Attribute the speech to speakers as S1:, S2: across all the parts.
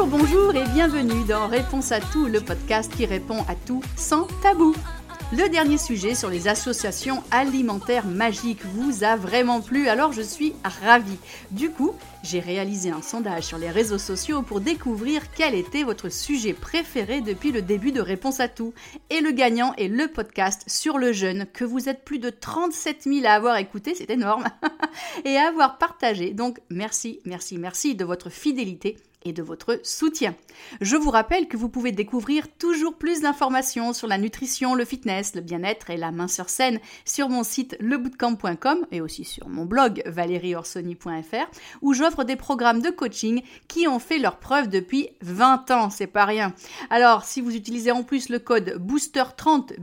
S1: Bonjour et bienvenue dans Réponse à tout, le podcast qui répond à tout sans tabou. Le dernier sujet sur les associations alimentaires magiques vous a vraiment plu, alors je suis ravie. Du coup, j'ai réalisé un sondage sur les réseaux sociaux pour découvrir quel était votre sujet préféré depuis le début de Réponse à tout. Et le gagnant est le podcast sur le jeûne que vous êtes plus de 37 000 à avoir écouté, c'est énorme, et à avoir partagé. Donc merci de votre fidélité et de votre soutien. Je vous rappelle que vous pouvez découvrir toujours plus d'informations sur la nutrition, le fitness, le bien-être et la minceur saine sur mon site lebootcamp.com et aussi sur mon blog valérieorsoni.fr où j'offre des programmes de coaching qui ont fait leur preuve depuis 20 ans, c'est pas rien. Alors, si vous utilisez en plus le code BOOSTER30,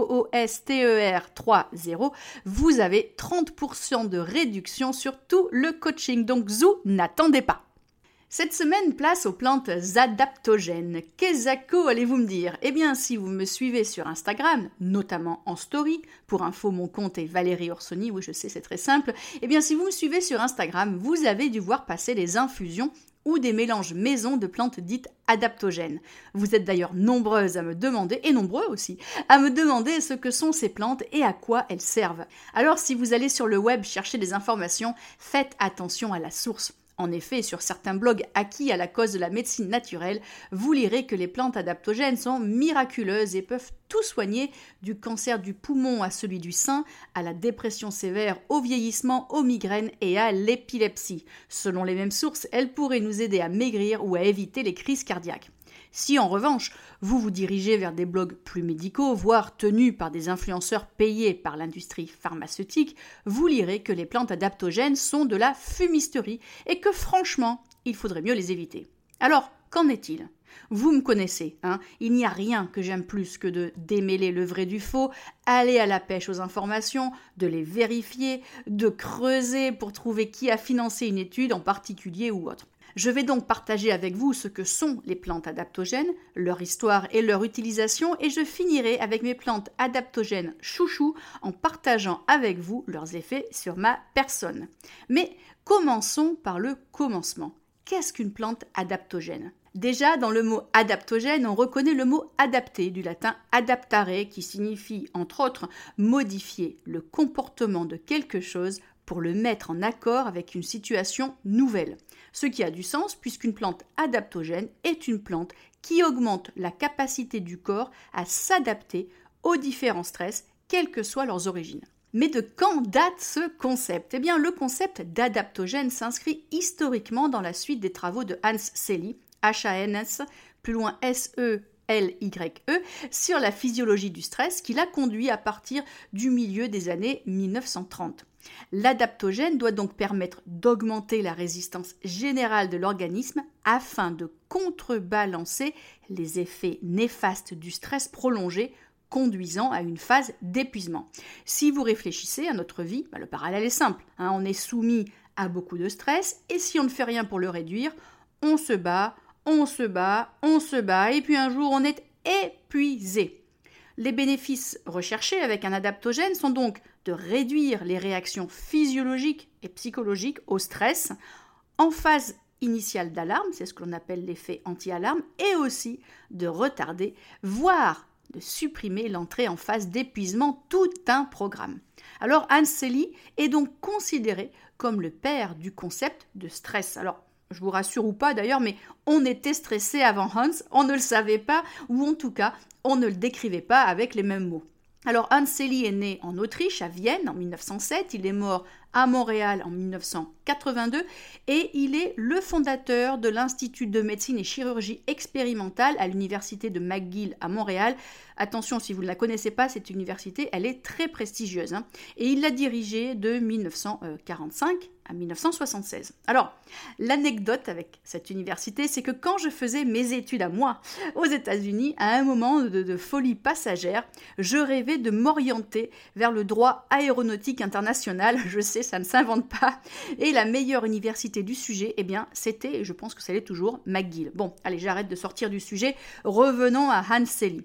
S1: BOOSTER 30, vous avez 30% de réduction sur tout le coaching. Donc, zou, n'attendez pas. Cette semaine, place aux plantes adaptogènes. Qu'est-ce allez-vous me dire ? Eh bien, si vous me suivez sur Instagram, notamment en story, pour info, mon compte est Valérie Orsoni, oui je sais, c'est très simple. Eh bien, si vous me suivez sur Instagram, vous avez dû voir passer des infusions ou des mélanges maison de plantes dites adaptogènes. Vous êtes d'ailleurs nombreuses à me demander, et nombreux aussi, à me demander ce que sont ces plantes et à quoi elles servent. Alors, si vous allez sur le web chercher des informations, faites attention à la source. En effet, sur certains blogs acquis à la cause de la médecine naturelle, vous lirez que les plantes adaptogènes sont miraculeuses et peuvent tout soigner, du cancer du poumon à celui du sein, à la dépression sévère, au vieillissement, aux migraines et à l'épilepsie. Selon les mêmes sources, elles pourraient nous aider à maigrir ou à éviter les crises cardiaques. Si en revanche, vous vous dirigez vers des blogs plus médicaux, voire tenus par des influenceurs payés par l'industrie pharmaceutique, vous lirez que les plantes adaptogènes sont de la fumisterie et que franchement, il faudrait mieux les éviter. Alors, qu'en est-il ? Vous me connaissez, il n'y a rien que j'aime plus que de démêler le vrai du faux, aller à la pêche aux informations, de les vérifier, de creuser pour trouver qui a financé une étude en particulier ou autre. Je vais donc partager avec vous ce que sont les plantes adaptogènes, leur histoire et leur utilisation, et je finirai avec mes plantes adaptogènes chouchou en partageant avec vous leurs effets sur ma personne. Mais commençons par le commencement. Qu'est-ce qu'une plante adaptogène ? Déjà, dans le mot adaptogène, on reconnaît le mot adapté, du latin adaptare, qui signifie, entre autres, modifier le comportement de quelque chose pour le mettre en accord avec une situation nouvelle. Ce qui a du sens puisqu'une plante adaptogène est une plante qui augmente la capacité du corps à s'adapter aux différents stress, quelles que soient leurs origines. Mais de quand date ce concept ? Eh bien, le concept d'adaptogène s'inscrit historiquement dans la suite des travaux de Hans Selye, H-A-N-S, plus loin S-E-L-Y-E, sur la physiologie du stress qui l'a conduit à partir du milieu des années 1930. L'adaptogène doit donc permettre d'augmenter la résistance générale de l'organisme afin de contrebalancer les effets néfastes du stress prolongé conduisant à une phase d'épuisement. Si vous réfléchissez à notre vie, le parallèle est simple. On est soumis à beaucoup de stress et si on ne fait rien pour le réduire, on se bat, et puis un jour on est épuisé. Les bénéfices recherchés avec un adaptogène sont donc de réduire les réactions physiologiques et psychologiques au stress en phase initiale d'alarme, c'est ce que l'on appelle l'effet anti-alarme, et aussi de retarder, voire de supprimer l'entrée en phase d'épuisement, tout un programme. Alors Hans Selye est donc considéré comme le père du concept de stress. Alors, je vous rassure ou pas d'ailleurs, mais on était stressé avant Hans, on ne le savait pas, ou en tout cas, on ne le décrivait pas avec les mêmes mots. Alors Hans Selye est né en Autriche, à Vienne, en 1907, il est mort à Montréal en 1982 et il est le fondateur de l'Institut de médecine et chirurgie expérimentale à l'université de McGill à Montréal. Attention, si vous ne la connaissez pas, cette université, elle est très prestigieuse. Et il l'a dirigée de 1945 à 1976. Alors, l'anecdote avec cette université, c'est que quand je faisais mes études à moi aux États-Unis, à un moment de folie passagère, je rêvais de m'orienter vers le droit aéronautique international. Je sais, ça ne s'invente pas. Et la meilleure université du sujet, eh bien, c'était, et je pense que ça l'est toujours, McGill. Bon, allez, j'arrête de sortir du sujet. Revenons à Hans Selye.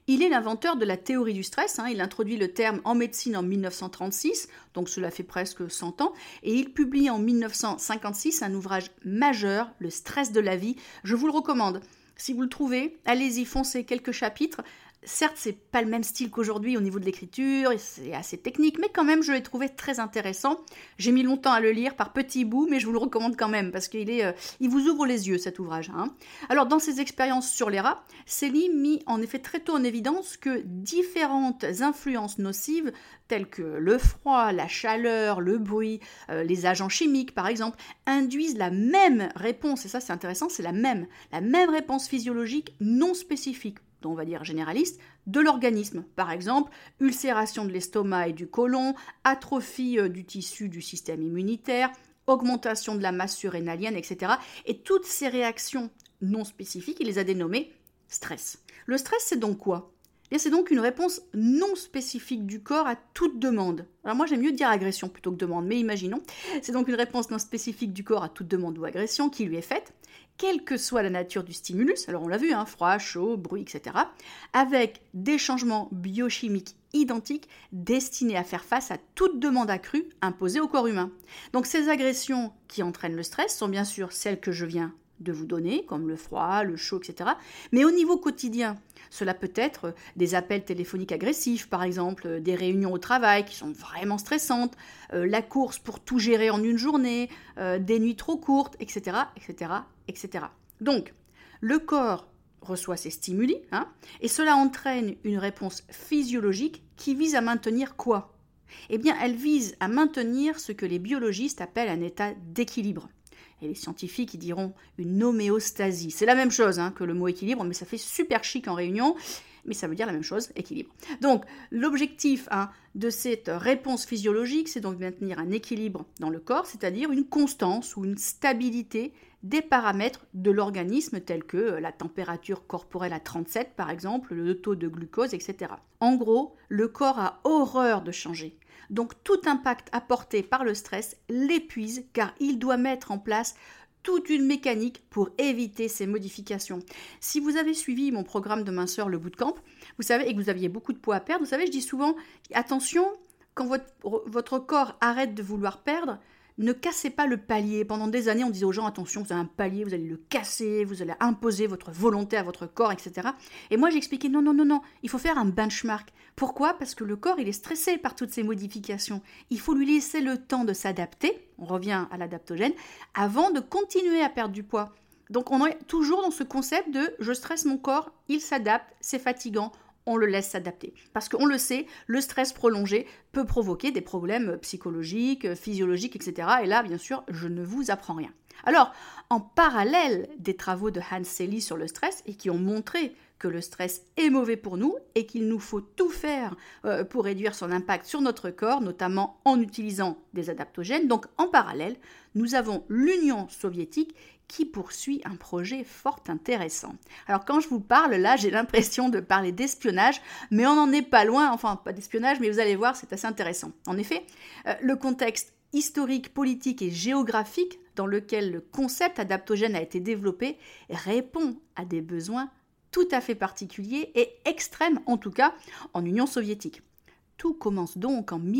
S1: Il est l'inventeur de la théorie du stress, il introduit le terme en médecine en 1936, donc cela fait presque 100 ans, et il publie en 1956 un ouvrage majeur, Le stress de la vie. Je vous le recommande. Si vous le trouvez, allez-y, foncez quelques chapitres. Certes, c'est pas le même style qu'aujourd'hui au niveau de l'écriture, c'est assez technique, mais quand même, je l'ai trouvé très intéressant. J'ai mis longtemps à le lire par petits bouts, mais je vous le recommande quand même, parce qu'il vous ouvre les yeux, cet ouvrage. Alors, dans ses expériences sur les rats, Selye mit en effet très tôt en évidence que différentes influences nocives, telles que le froid, la chaleur, le bruit, les agents chimiques par exemple, induisent la même réponse, et ça c'est intéressant, c'est la même réponse physiologique non spécifique, on va dire généraliste, de l'organisme. Par exemple, ulcération de l'estomac et du côlon, atrophie du tissu du système immunitaire, augmentation de la masse surrénalienne, etc. Et toutes ces réactions non spécifiques, il les a dénommées stress. Le stress, c'est donc quoi ? C'est donc une réponse non spécifique du corps à toute demande. Alors moi j'aime mieux dire agression plutôt que demande, mais imaginons. C'est donc une réponse non spécifique du corps à toute demande ou agression qui lui est faite, quelle que soit la nature du stimulus, alors on l'a vu, froid, chaud, bruit, etc., avec des changements biochimiques identiques destinés à faire face à toute demande accrue imposée au corps humain. Donc ces agressions qui entraînent le stress sont bien sûr celles que je viens de vous donner, comme le froid, le chaud, etc. Mais au niveau quotidien, cela peut être des appels téléphoniques agressifs, par exemple, des réunions au travail qui sont vraiment stressantes, la course pour tout gérer en une journée, des nuits trop courtes, etc., etc., etc. Donc, le corps reçoit ces stimuli, et cela entraîne une réponse physiologique qui vise à maintenir quoi ? Eh bien, elle vise à maintenir ce que les biologistes appellent un état d'équilibre. Et les scientifiques, ils diront une homéostasie. C'est la même chose que le mot équilibre, mais ça fait super chic en réunion, mais ça veut dire la même chose, équilibre. Donc, l'objectif de cette réponse physiologique, c'est donc de maintenir un équilibre dans le corps, c'est-à-dire une constance ou une stabilité des paramètres de l'organisme, tels que la température corporelle à 37, par exemple, le taux de glucose, etc. En gros, le corps a horreur de changer. Donc tout impact apporté par le stress l'épuise car il doit mettre en place toute une mécanique pour éviter ces modifications. Si vous avez suivi mon programme de minceur, le bootcamp, vous savez, et que vous aviez beaucoup de poids à perdre, vous savez, je dis souvent, attention, quand votre corps arrête de vouloir perdre, ne cassez pas le palier. Pendant des années, on disait aux gens, attention, vous avez un palier, vous allez le casser, vous allez imposer votre volonté à votre corps, etc. Et moi, j'expliquais, non, il faut faire un benchmark. Pourquoi ? Parce que le corps, il est stressé par toutes ces modifications. Il faut lui laisser le temps de s'adapter, on revient à l'adaptogène, avant de continuer à perdre du poids. Donc, on est toujours dans ce concept de « je stresse mon corps, il s'adapte, c'est fatigant ». On le laisse s'adapter. Parce qu'on le sait, le stress prolongé peut provoquer des problèmes psychologiques, physiologiques, etc. Et là, bien sûr, je ne vous apprends rien. Alors, en parallèle des travaux de Hans Selye sur le stress, et qui ont montré que le stress est mauvais pour nous et qu'il nous faut tout faire pour réduire son impact sur notre corps, notamment en utilisant des adaptogènes. Donc, en parallèle, nous avons l'Union soviétique qui poursuit un projet fort intéressant. Alors quand je vous parle, là, j'ai l'impression de parler d'espionnage, mais on n'en est pas loin, enfin pas d'espionnage, mais vous allez voir, c'est assez intéressant. En effet, le contexte historique, politique et géographique dans lequel le concept adaptogène a été développé répond à des besoins tout à fait particuliers et extrêmes, en tout cas en Union soviétique. Tout commence donc en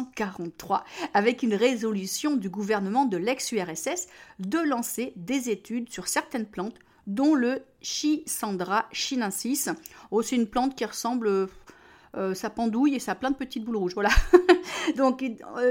S1: 1943 avec une résolution du gouvernement de l'ex-URSS de lancer des études sur certaines plantes, dont le Schisandra chinensis. Oh, c'est une plante qui ressemble, ça pendouille et ça a plein de petites boules rouges. Voilà. Donc,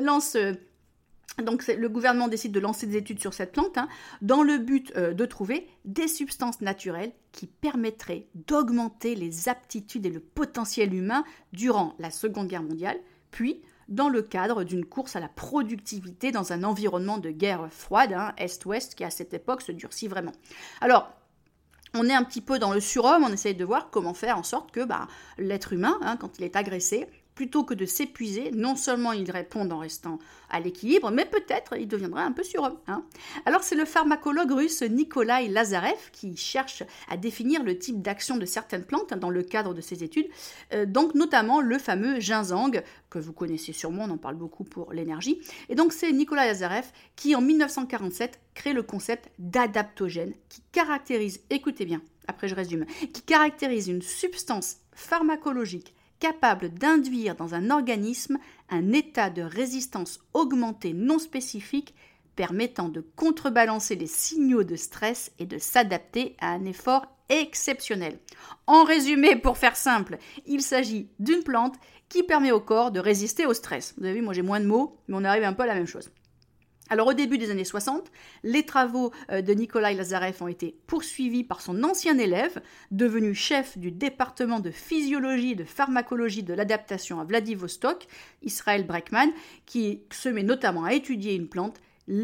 S1: le gouvernement décide de lancer des études sur cette plante dans le but de trouver des substances naturelles qui permettraient d'augmenter les aptitudes et le potentiel humain durant la Seconde Guerre mondiale, puis dans le cadre d'une course à la productivité dans un environnement de guerre froide, Est-Ouest, qui à cette époque se durcit vraiment. Alors, on est un petit peu dans le surhomme, on essaye de voir comment faire en sorte que l'être humain, quand il est agressé, plutôt que de s'épuiser, non seulement ils répondent en restant à l'équilibre, mais peut-être ils deviendraient un peu sur eux. Alors c'est le pharmacologue russe Nikolai Lazarev qui cherche à définir le type d'action de certaines plantes dans le cadre de ses études, donc notamment le fameux ginseng, que vous connaissez sûrement, on en parle beaucoup pour l'énergie. Et donc c'est Nikolai Lazarev qui en 1947 crée le concept d'adaptogène qui caractérise, écoutez bien, après je résume, qui caractérise une substance pharmacologique capable d'induire dans un organisme un état de résistance augmentée non spécifique permettant de contrebalancer les signaux de stress et de s'adapter à un effort exceptionnel. En résumé, pour faire simple, il s'agit d'une plante qui permet au corps de résister au stress. Vous avez vu, moi j'ai moins de mots, mais on arrive un peu à la même chose. Alors au début des années 60, les travaux de Nikolai Lazarev ont été poursuivis par son ancien élève, devenu chef du département de physiologie et de pharmacologie de l'adaptation à Vladivostok, Israël Breckman, qui se met notamment à étudier une plante,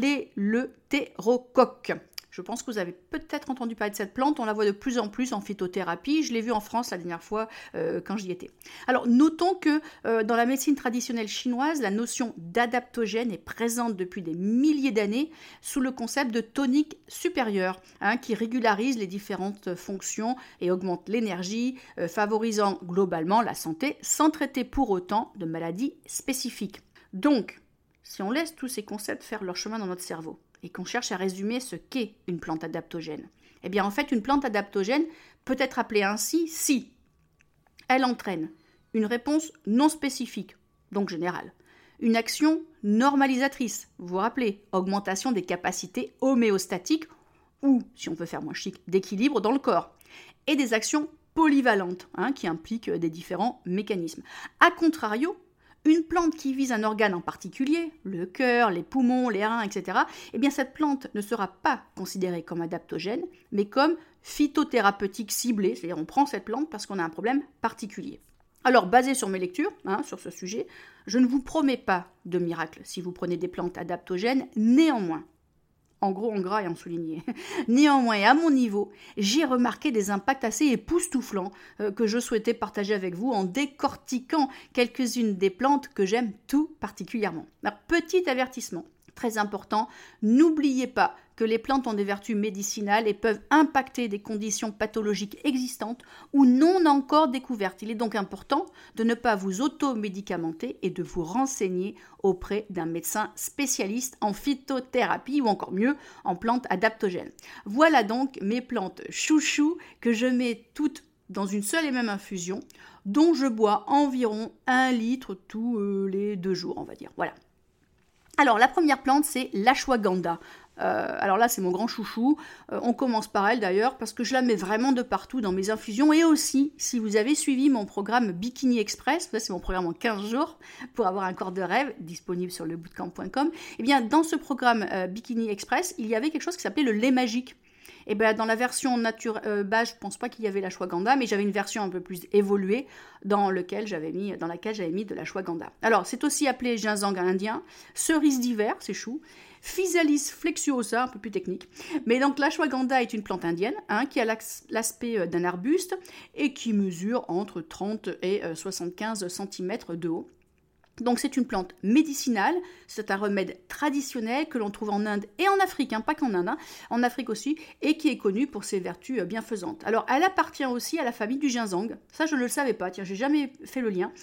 S1: l'éleutérocoque. Je pense que vous avez peut-être entendu parler de cette plante, on la voit de plus en plus en phytothérapie, je l'ai vue en France la dernière fois quand j'y étais. Alors notons que dans la médecine traditionnelle chinoise, la notion d'adaptogène est présente depuis des milliers d'années sous le concept de tonique supérieure, qui régularise les différentes fonctions et augmente l'énergie, favorisant globalement la santé sans traiter pour autant de maladies spécifiques. Donc, si on laisse tous ces concepts faire leur chemin dans notre cerveau, et qu'on cherche à résumer ce qu'est une plante adaptogène, eh bien en fait une plante adaptogène peut être appelée ainsi si elle entraîne une réponse non spécifique, donc générale, une action normalisatrice, vous vous rappelez, augmentation des capacités homéostatiques ou, si on veut faire moins chic, d'équilibre dans le corps, et des actions polyvalentes qui impliquent des différents mécanismes. A contrario, une plante qui vise un organe en particulier, le cœur, les poumons, les reins, etc., eh bien cette plante ne sera pas considérée comme adaptogène, mais comme phytothérapeutique ciblée, c'est-à-dire on prend cette plante parce qu'on a un problème particulier. Alors, basé sur mes lectures sur ce sujet, je ne vous promets pas de miracle si vous prenez des plantes adaptogènes, néanmoins, en gros, en gras et en souligné. Néanmoins, à mon niveau, j'ai remarqué des impacts assez époustouflants que je souhaitais partager avec vous en décortiquant quelques-unes des plantes que j'aime tout particulièrement. Alors, petit avertissement, très important, n'oubliez pas que les plantes ont des vertus médicinales et peuvent impacter des conditions pathologiques existantes ou non encore découvertes. Il est donc important de ne pas vous auto-médicamenter et de vous renseigner auprès d'un médecin spécialiste en phytothérapie ou encore mieux en plantes adaptogènes. Voilà donc mes plantes chouchou que je mets toutes dans une seule et même infusion dont je bois environ 1 litre tous les 2 jours, on va dire. Voilà. Alors, la première plante, c'est l'ashwagandha. Alors là, c'est mon grand chouchou. On commence par elle d'ailleurs parce que je la mets vraiment de partout dans mes infusions. Et aussi, si vous avez suivi mon programme Bikini Express, ça c'est mon programme en 15 jours pour avoir un corps de rêve, disponible sur lebootcamp.com, eh bien dans ce programme Bikini Express, il y avait quelque chose qui s'appelait le lait magique. Et bien dans la version naturelle, je ne pense pas qu'il y avait l'ashwagandha, mais j'avais une version un peu plus évoluée dans laquelle j'avais mis de l'ashwagandha. Alors c'est aussi appelé ginseng indien, cerise d'hiver, c'est chou, Physalis flexuosa, un peu plus technique. Mais donc l'ashwagandha est une plante indienne qui a l'aspect d'un arbuste et qui mesure entre 30 et 75 cm de haut. Donc c'est une plante médicinale, c'est un remède traditionnel que l'on trouve en Inde et en Afrique, pas qu'en Inde, en Afrique aussi, et qui est connu pour ses vertus bienfaisantes. Alors elle appartient aussi à la famille du ginseng, ça je ne le savais pas, j'ai jamais fait le lien,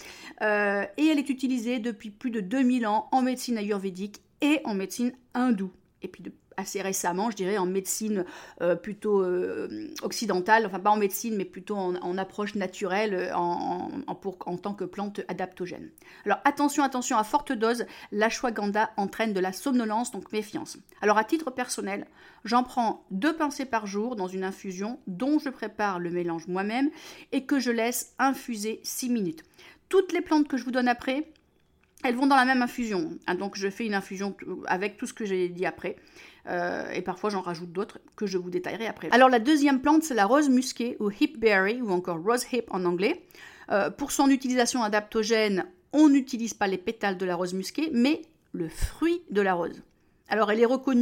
S1: et elle est utilisée depuis plus de 2000 ans en médecine ayurvédique et en médecine hindoue, et puis assez récemment, je dirais, en médecine plutôt occidentale, enfin pas en médecine, mais plutôt en approche naturelle, en tant que plante adaptogène. Alors attention, à forte dose, l'ashwagandha entraîne de la somnolence, donc méfiance. Alors à titre personnel, j'en prends 2 pincées par jour dans une infusion dont je prépare le mélange moi-même et que je laisse infuser 6 minutes. Toutes les plantes que je vous donne après, elles vont dans la même infusion, donc je fais une infusion avec tout ce que j'ai dit après, et parfois j'en rajoute d'autres que je vous détaillerai après. Alors la deuxième plante, c'est la rose musquée ou hipberry, ou encore rose hip en anglais. Pour son utilisation adaptogène, on n'utilise pas les pétales de la rose musquée, mais le fruit de la rose. Alors elle est reconnue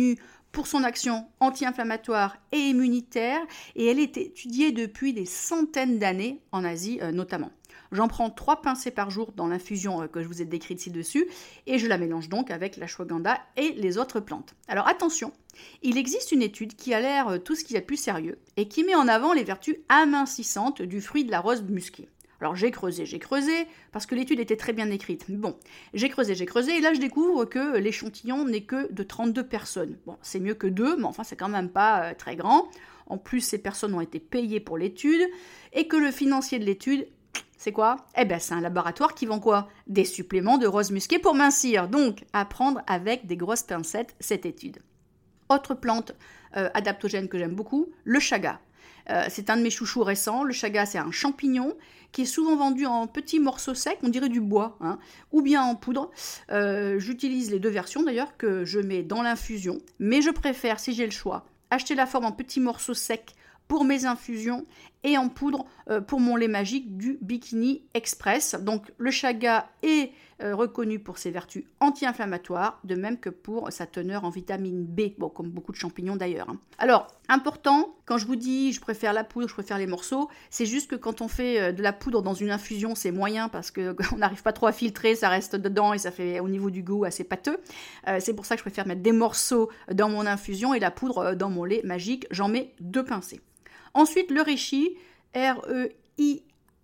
S1: pour son action anti-inflammatoire et immunitaire et elle est étudiée depuis des centaines d'années en Asie notamment. J'en prends 3 pincées par jour dans l'infusion que je vous ai décrite ci-dessus et je la mélange donc avec l'ashwagandha et les autres plantes. Alors attention, il existe une étude qui a l'air tout ce qu'il y a de plus sérieux et qui met en avant les vertus amincissantes du fruit de la rose musquée. Alors j'ai creusé, parce que l'étude était très bien écrite. Bon, j'ai creusé, et là je découvre que l'échantillon n'est que de 32 personnes. Bon, c'est mieux que 2, mais enfin c'est quand même pas très grand. En plus, ces personnes ont été payées pour l'étude, et que le financier de l'étude, c'est quoi ? Eh ben c'est un laboratoire qui vend quoi ? Des suppléments de rose musquée pour mincir. Donc, à prendre avec des grosses pincettes cette étude. Autre plante adaptogène que j'aime beaucoup, le chaga. C'est un de mes chouchous récents. Le chaga, c'est un champignon qui est souvent vendu en petits morceaux secs, on dirait du bois, ou bien en poudre. J'utilise les 2 versions d'ailleurs que je mets dans l'infusion, mais je préfère, si j'ai le choix, acheter la forme en petits morceaux secs pour mes infusions et en poudre pour mon lait magique du Bikini Express. Donc le chaga est reconnu pour ses vertus anti-inflammatoires, de même que pour sa teneur en vitamine B, bon, comme beaucoup de champignons d'ailleurs. Alors, important, quand je vous dis je préfère la poudre, je préfère les morceaux, c'est juste que quand on fait de la poudre dans une infusion, c'est moyen parce qu'on n'arrive pas trop à filtrer, ça reste dedans et ça fait au niveau du goût assez pâteux. C'est pour ça que je préfère mettre des morceaux dans mon infusion et la poudre dans mon lait magique, j'en mets 2 pincées. Ensuite, le reishi, R-E-I-S-H-I,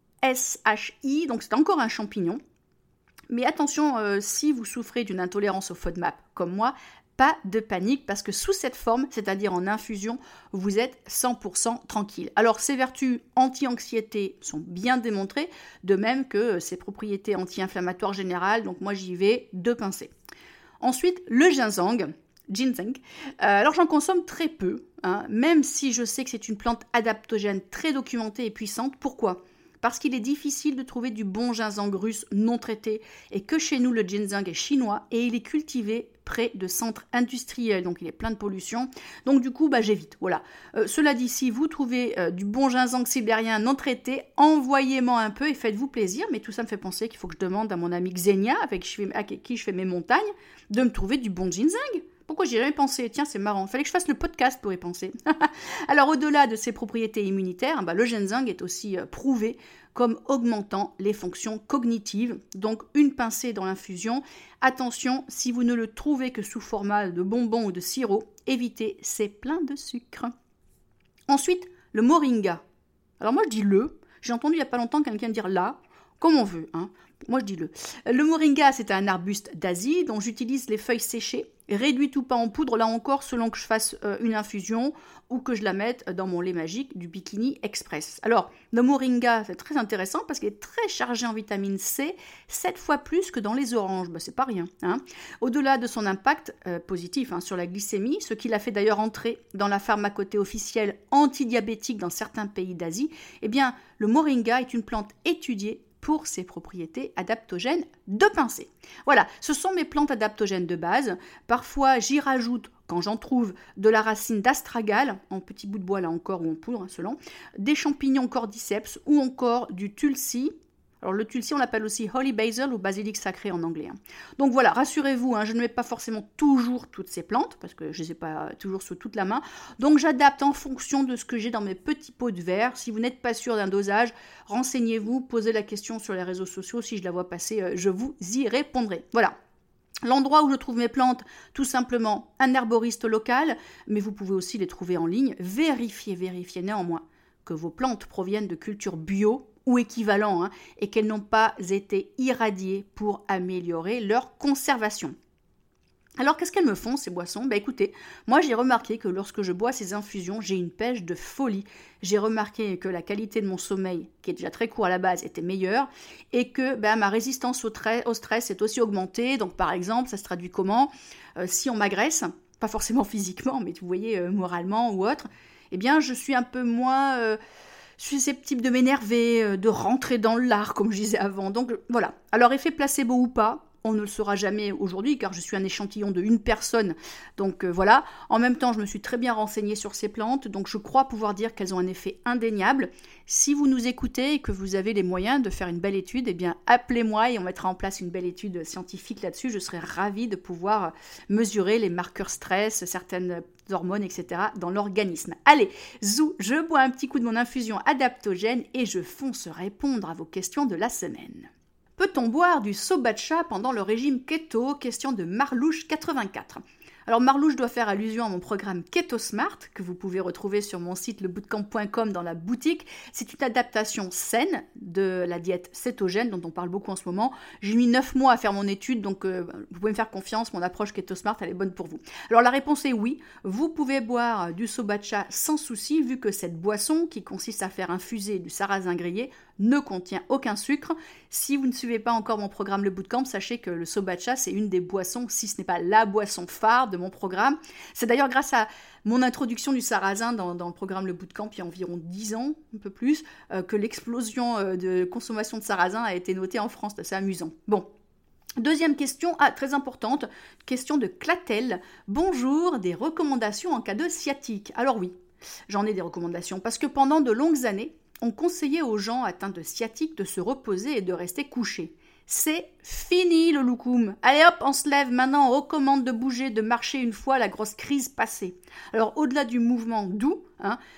S1: donc c'est encore un champignon. Mais attention, si vous souffrez d'une intolérance au FODMAP comme moi, pas de panique parce que sous cette forme, c'est-à-dire en infusion, vous êtes 100% tranquille. Alors ces vertus anti-anxiété sont bien démontrées, de même que ses propriétés anti-inflammatoires générales, donc moi j'y vais 2 pincées. Ensuite, le ginseng. Alors j'en consomme très peu, même si je sais que c'est une plante adaptogène très documentée et puissante. Pourquoi ? Parce qu'il est difficile de trouver du bon ginseng russe non traité et que chez nous le ginseng est chinois et il est cultivé près de centres industriels, donc il est plein de pollution. Donc du coup, j'évite. Voilà. Cela dit, si vous trouvez du bon ginseng sibérien non traité, envoyez-moi un peu et faites-vous plaisir. Mais tout ça me fait penser qu'il faut que je demande à mon ami Xenia, avec qui je fais mes montagnes, de me trouver du bon ginseng. Pourquoi j'y ai jamais pensé ? Tiens, c'est marrant. Fallait que je fasse le podcast pour y penser. Alors, au-delà de ses propriétés immunitaires, le ginseng est aussi prouvé comme augmentant les fonctions cognitives. Donc, une pincée dans l'infusion. Attention, si vous ne le trouvez que sous format de bonbons ou de sirop, évitez, c'est plein de sucre. Ensuite, le moringa. Alors, moi, je dis le. J'ai entendu il n'y a pas longtemps quelqu'un dire là. Comme on veut, Moi, je dis le. Le moringa, c'est un arbuste d'Asie dont j'utilise les feuilles séchées, réduites ou pas en poudre, là encore, selon que je fasse une infusion ou que je la mette dans mon lait magique du Bikini Express. Alors, le moringa, c'est très intéressant parce qu'il est très chargé en vitamine C, 7 fois plus que dans les oranges. C'est pas rien. Au-delà de son impact positif sur la glycémie, ce qui l'a fait d'ailleurs entrer dans la pharmacopée officielle antidiabétique dans certains pays d'Asie, eh bien, le moringa est une plante étudiée pour ses propriétés adaptogènes de pincée. Voilà, ce sont mes plantes adaptogènes de base. Parfois, j'y rajoute, quand j'en trouve, de la racine d'astragale, en petits bouts de bois là encore, ou en poudre, selon, des champignons cordyceps, ou encore du tulsi. Alors le tulsi, on l'appelle aussi holy basil ou basilic sacré en anglais. Donc voilà, rassurez-vous, je ne mets pas forcément toujours toutes ces plantes, parce que je ne les ai pas toujours sous toute la main. Donc j'adapte en fonction de ce que j'ai dans mes petits pots de verre. Si vous n'êtes pas sûr d'un dosage, renseignez-vous, posez la question sur les réseaux sociaux. Si je la vois passer, je vous y répondrai. Voilà. L'endroit où je trouve mes plantes, tout simplement un herboriste local, mais vous pouvez aussi les trouver en ligne. Vérifiez néanmoins que vos plantes proviennent de cultures bio ou équivalents, et qu'elles n'ont pas été irradiées pour améliorer leur conservation. Alors, qu'est-ce qu'elles me font, ces boissons ? Écoutez, moi j'ai remarqué que lorsque je bois ces infusions, j'ai une pêche de folie. J'ai remarqué que la qualité de mon sommeil, qui est déjà très court à la base, était meilleure, et que ma résistance au stress est aussi augmentée. Donc par exemple, ça se traduit comment ? Si on m'agresse, pas forcément physiquement, mais vous voyez, moralement ou autre, eh bien je suis un peu moins susceptible de m'énerver, de rentrer dans l'art, comme je disais avant. Donc voilà. Alors effet placebo ou pas, On ne le saura jamais aujourd'hui car je suis un échantillon de une personne. Donc voilà. En même temps, je me suis très bien renseignée sur ces plantes, donc je crois pouvoir dire qu'elles ont un effet indéniable. Si vous nous écoutez et que vous avez les moyens de faire une belle étude, eh bien appelez-moi et on mettra en place une belle étude scientifique là-dessus. Je serai ravie de pouvoir mesurer les marqueurs stress, certaines hormones, etc. dans l'organisme. Allez, zou, je bois un petit coup de mon infusion adaptogène et je fonce répondre à vos questions de la semaine. Peut-on boire du sobacha pendant le régime keto? Question de Marlouche84. Alors Marlouche doit faire allusion à mon programme Keto Smart que vous pouvez retrouver sur mon site lebootcamp.com dans la boutique. C'est une adaptation saine de la diète cétogène dont on parle beaucoup en ce moment. J'ai mis 9 mois à faire mon étude, donc vous pouvez me faire confiance, mon approche Keto Smart elle est bonne pour vous. Alors la réponse est oui, vous pouvez boire du sobacha sans souci vu que cette boisson qui consiste à faire infuser du sarrasin grillé ne contient aucun sucre. Si vous ne suivez pas encore mon programme Le Bootcamp, sachez que le sobacha, c'est une des boissons, si ce n'est pas la boisson phare de mon programme. C'est d'ailleurs grâce à mon introduction du sarrasin dans le programme Le Bootcamp, il y a environ 10 ans, un peu plus, que l'explosion de consommation de sarrasin a été notée en France. C'est assez amusant. Bon. Deuxième question, très importante, question de Clatel. Bonjour, des recommandations en cas de sciatique. Alors oui, j'en ai des recommandations, parce que pendant de longues années, on conseillait aux gens atteints de sciatique de se reposer et de rester couchés. C'est fini le loukoum. Allez hop, on se lève. Maintenant, on recommande de bouger, de marcher une fois la grosse crise passée. Alors, au-delà du mouvement doux,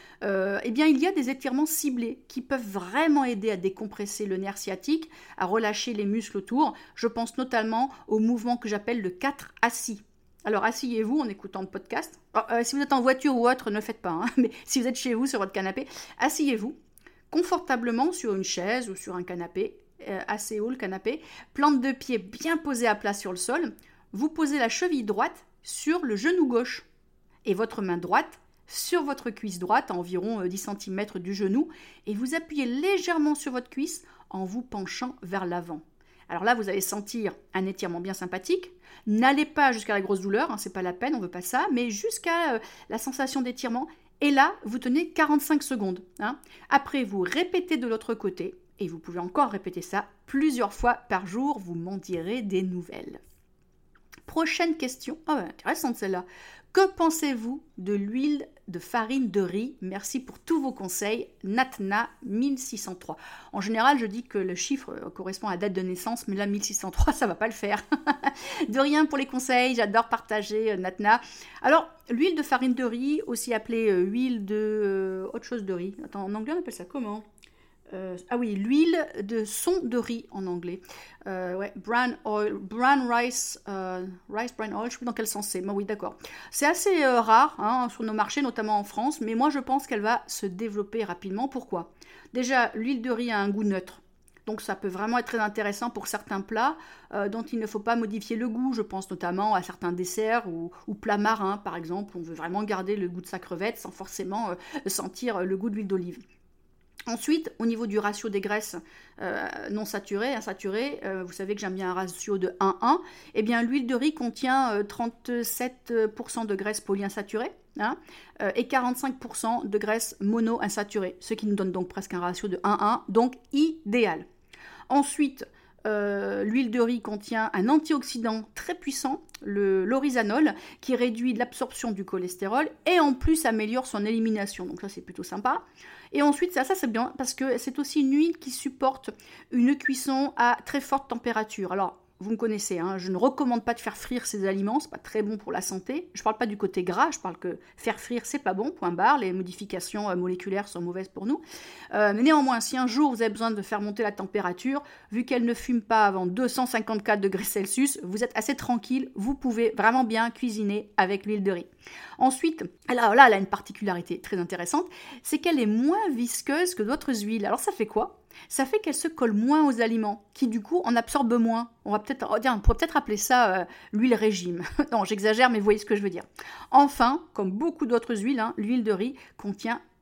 S1: eh bien, il y a des étirements ciblés qui peuvent vraiment aider à décompresser le nerf sciatique, à relâcher les muscles autour. Je pense notamment au mouvement que j'appelle le 4 assis. Alors, asseyez-vous en écoutant le podcast. Si vous êtes en voiture ou autre, ne le faites pas. Mais si vous êtes chez vous, sur votre canapé, asseyez-vous confortablement sur une chaise ou sur un canapé, assez haut le canapé, plante de pied bien posée à plat sur le sol, vous posez la cheville droite sur le genou gauche et votre main droite sur votre cuisse droite à environ 10 cm du genou et vous appuyez légèrement sur votre cuisse en vous penchant vers l'avant. Alors là, vous allez sentir un étirement bien sympathique. N'allez pas jusqu'à la grosse douleur, c'est pas la peine, on veut pas ça, mais jusqu'à la sensation d'étirement. Et là, vous tenez 45 secondes. Après, vous répétez de l'autre côté, et vous pouvez encore répéter ça plusieurs fois par jour, vous m'en direz des nouvelles. Prochaine question, intéressante celle-là. Que pensez-vous de l'huile de farine de riz? Merci pour tous vos conseils. Natna 1603. En général, je dis que le chiffre correspond à la date de naissance, mais là 1603, ça va pas le faire. De rien pour les conseils, j'adore partager Natna. Alors, l'huile de farine de riz, aussi appelée huile de autre chose de riz. Attends, en anglais on appelle ça comment? L'huile de son de riz en anglais. Brown rice bran oil, je ne sais plus dans quel sens c'est, mais oui, d'accord. C'est assez rare sur nos marchés, notamment en France, mais moi je pense qu'elle va se développer rapidement. Pourquoi? Déjà, l'huile de riz a un goût neutre. Donc ça peut vraiment être très intéressant pour certains plats dont il ne faut pas modifier le goût. Je pense notamment à certains desserts ou plats marins, par exemple. On veut vraiment garder le goût de sa crevette sans forcément sentir le goût de l'huile d'olive. Ensuite, au niveau du ratio des graisses non saturées, insaturées, vous savez que j'aime bien un ratio de 1-1, eh bien l'huile de riz contient 37% de graisses polyinsaturées et 45% de graisses monoinsaturées, ce qui nous donne donc presque un ratio de 1-1, donc idéal. Ensuite, l'huile de riz contient un antioxydant très puissant, le laurysanol, qui réduit l'absorption du cholestérol et en plus améliore son élimination. Donc ça, c'est plutôt sympa. Et ensuite, ça c'est bien parce que c'est aussi une huile qui supporte une cuisson à très forte température. Alors, vous me connaissez, je ne recommande pas de faire frire ces aliments, c'est pas très bon pour la santé. Je parle pas du côté gras, je parle que faire frire c'est pas bon, point barre, les modifications moléculaires sont mauvaises pour nous. Mais néanmoins, si un jour vous avez besoin de faire monter la température, vu qu'elle ne fume pas avant 254 degrés Celsius, vous êtes assez tranquille, vous pouvez vraiment bien cuisiner avec l'huile de riz. Ensuite, elle a une particularité très intéressante, c'est qu'elle est moins visqueuse que d'autres huiles. Alors ça fait quoi? Ça fait qu'elle se colle moins aux aliments, qui du coup en absorbent moins. On pourrait peut-être appeler ça l'huile régime. Non, j'exagère, mais vous voyez ce que je veux dire. Enfin, comme beaucoup d'autres huiles, l'huile de riz contient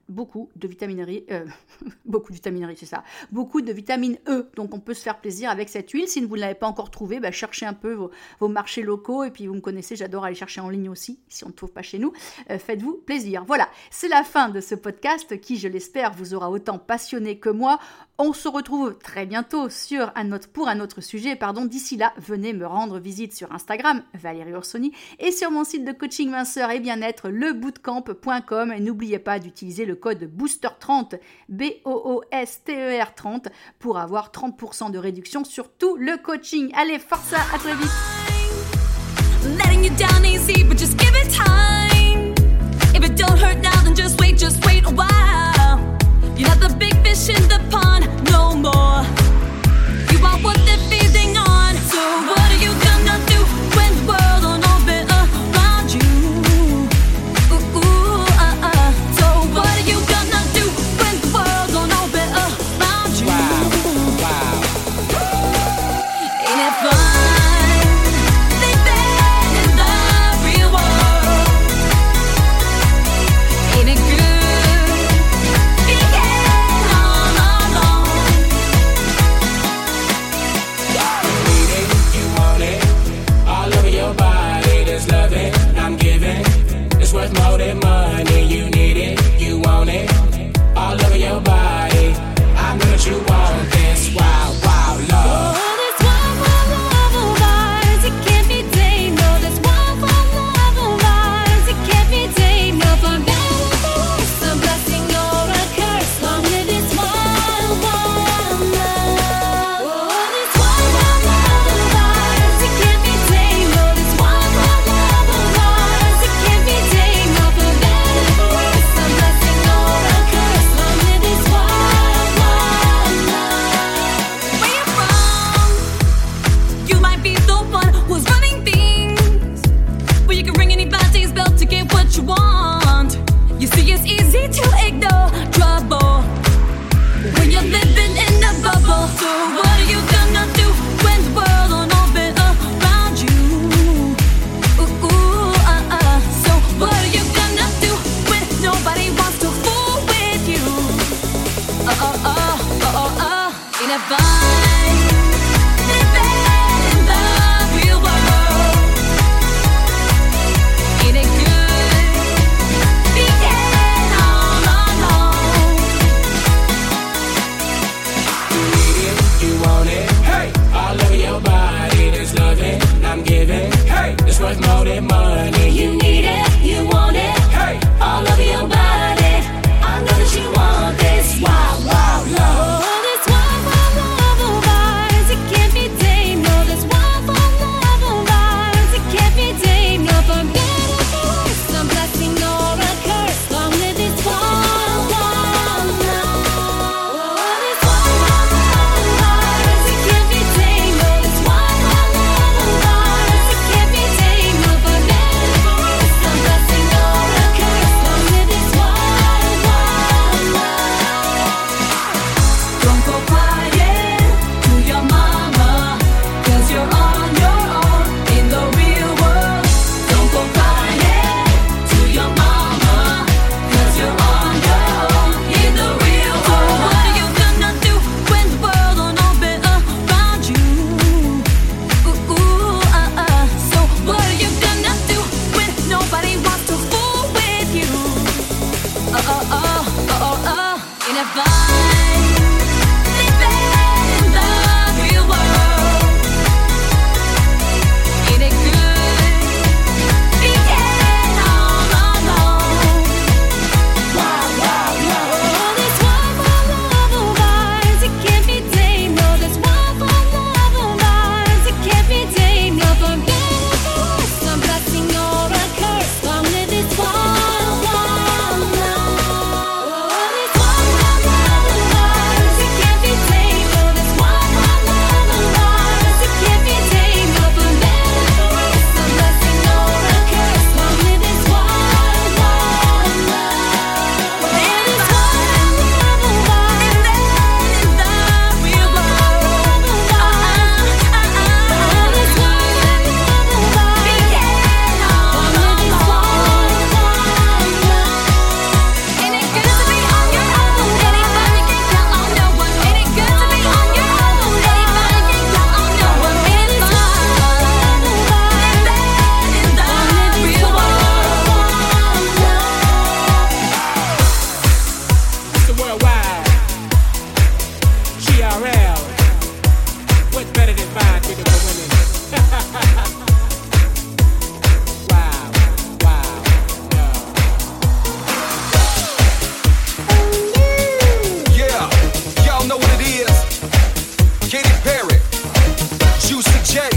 S1: beaucoup de vitamine c'est ça, beaucoup de vitamine E, donc on peut se faire plaisir avec cette huile. Si vous ne l'avez pas encore trouvée, cherchez un peu vos marchés locaux, et puis vous me connaissez, j'adore aller chercher en ligne aussi, si on ne trouve pas chez nous, faites-vous plaisir. Voilà, c'est la fin de ce podcast qui, je l'espère, vous aura autant passionné que moi. On se retrouve très bientôt pour un autre sujet. D'ici là, venez me rendre visite sur Instagram, Valérie Orsoni, et sur mon site de coaching minceur et bien-être, lebootcamp.com. Et n'oubliez pas d'utiliser le code BOOSTER30, BOOSTER 30, pour avoir 30% de réduction sur tout le coaching. Allez, força, à très vite. Letting you down easy, but just give it time. If it don't hurt now, then just wait a while. You're not the big fish in the pond no more. You are what they're feeding on. So what are you gonna do when the world don't open around you? So what are you gonna do when the world don't open around you? Wow. Ain't it fun living in the real world? Ain't it good?
S2: Worth more than money, you need it, you want it, all over your body. I know that you want this, wow, love.
S3: Oh, this wild love of ours, it can't be tamed. No, this wild love of ours, it can't be tamed. No, for better or for worse, a blessing or a curse. Long live this wild love. Oh, this wild love of ours, it can't be tamed. No, this wild love of ours, it can't be tamed. You want. You see, it's easy to ignore trouble when you're living in a bubble. So what are you gonna do when the world don't open around you? So what are you gonna do when nobody wants to fool with you? Ain't it fun living in the real world? Ain't it good?
S2: It's worth more than money.
S3: You need it, you want it,
S2: hey,
S3: all over your body. I know that you want this wild love. Oh, this wild love of ours, it can't be tamed. No, this wild love of ours, it can't be tamed. No, for better or for worse, a blessing or a curse. Long live this wild love. Oh, this wild love of ours, it can't be tamed. No, this wild love of ours, it can't be tamed. No, for better or for worse, a blessing or a curse. Long live this wild love. Don't go crying to your mama, 'cause you're on your own in the real world. Don't go crying to your mama, 'cause you're on your own in the real world. What are you gonna do when the world don't open around you? So what are you gonna do when nobody wants to fool with you? Ain't it fun living in the real world? Ain't it good being all alone? Wild love. Oh, this wild love of ours, it can't be tamed. No, this wild love of ours, it can't be tamed. No, for better or for worse, a blessing or a curse. Long live this wild love. Oh, this wild love.
S4: check.